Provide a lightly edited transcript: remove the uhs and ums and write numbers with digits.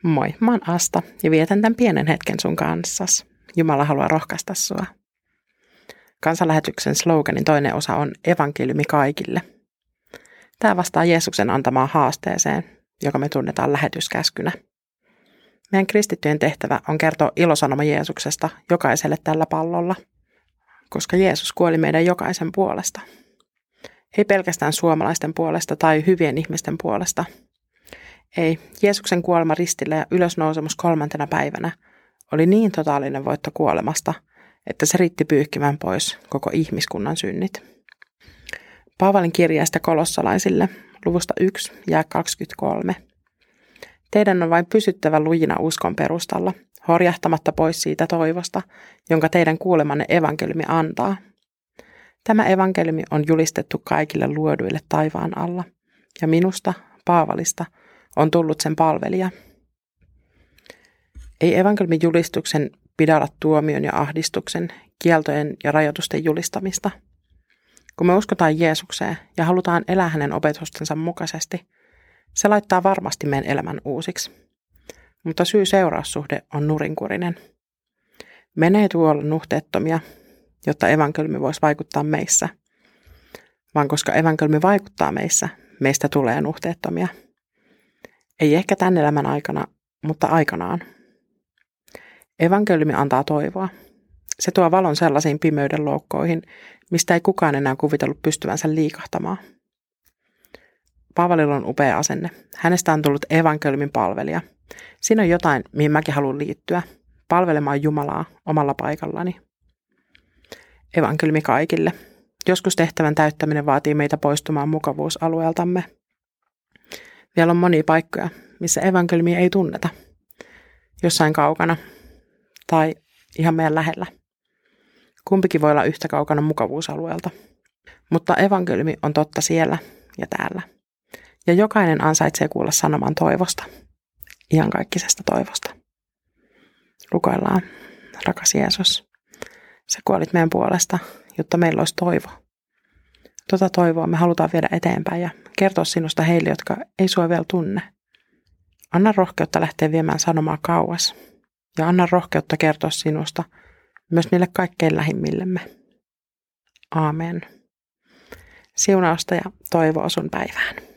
Moi, mä oon Asta ja vietän tämän pienen hetken sun kanssas. Jumala haluaa rohkaista sua. Kansanlähetyksen sloganin toinen osa on evankeliumi kaikille. Tämä vastaa Jeesuksen antamaan haasteeseen, joka me tunnetaan lähetyskäskynä. Meidän kristittyjen tehtävä on kertoa ilosanoma Jeesuksesta jokaiselle tällä pallolla, koska Jeesus kuoli meidän jokaisen puolesta. Ei pelkästään suomalaisten puolesta tai hyvien ihmisten puolesta. Ei, Jeesuksen kuolema ristillä ja ylösnousemus 3. päivänä oli niin totaalinen voitto kuolemasta, että se riitti pyyhkimään pois koko ihmiskunnan synnit. Paavalin kirjeestä kolossalaisille, luvusta 1 ja 23. Teidän on vain pysyttävä lujina uskon perustalla, horjahtamatta pois siitä toivosta, jonka teidän kuulemanne evankeliumi antaa. Tämä evankeliumi on julistettu kaikille luoduille taivaan alla, ja minusta, Paavalista, on tullut sen palvelija. Ei evankeliumin julistuksen pidä olla tuomion ja ahdistuksen, kieltojen ja rajoitusten julistamista. Kun me uskotaan Jeesukseen ja halutaan elää hänen opetustensa mukaisesti, se laittaa varmasti meidän elämän uusiksi. Mutta syy-seuraussuhde on nurinkurinen. Meidän ei tule olla nuhteettomia, jotta evankeliumi voisi vaikuttaa meissä, vaan koska evankeliumi vaikuttaa meissä, meistä tulee nuhteettomia. Ei ehkä tämän elämän aikana, mutta aikanaan. Evankeliumi antaa toivoa. Se tuo valon sellaisiin pimeyden loukkoihin, mistä ei kukaan enää kuvitellut pystyvänsä liikahtamaan. Paavalilla on upea asenne. Hänestä on tullut evankeliumin palvelija. Siinä on jotain, mihin mäkin haluan liittyä. Palvelemaan Jumalaa omalla paikallani. Evankeliumi kaikille. Joskus tehtävän täyttäminen vaatii meitä poistumaan mukavuusalueeltamme. Vielä on monia paikkoja, missä evankeliumia ei tunneta. Jossain kaukana tai ihan meidän lähellä. Kumpikin voi olla yhtä kaukana mukavuusalueelta. Mutta evankeliumi on totta siellä ja täällä. Ja jokainen ansaitsee kuulla sanoman toivosta. Iankaikkisesta toivosta. Rukoillaan, rakas Jeesus. Sä kuolit meidän puolesta, jotta meillä olisi toivo. Tota toivoa me halutaan viedä eteenpäin ja kertoa sinusta heille, jotka ei sua vielä tunne. Anna rohkeutta lähteä viemään sanomaa kauas. Ja anna rohkeutta kertoa sinusta myös niille kaikkein lähimmillemme. Aamen. Siunausta ja toivoa sun päivään.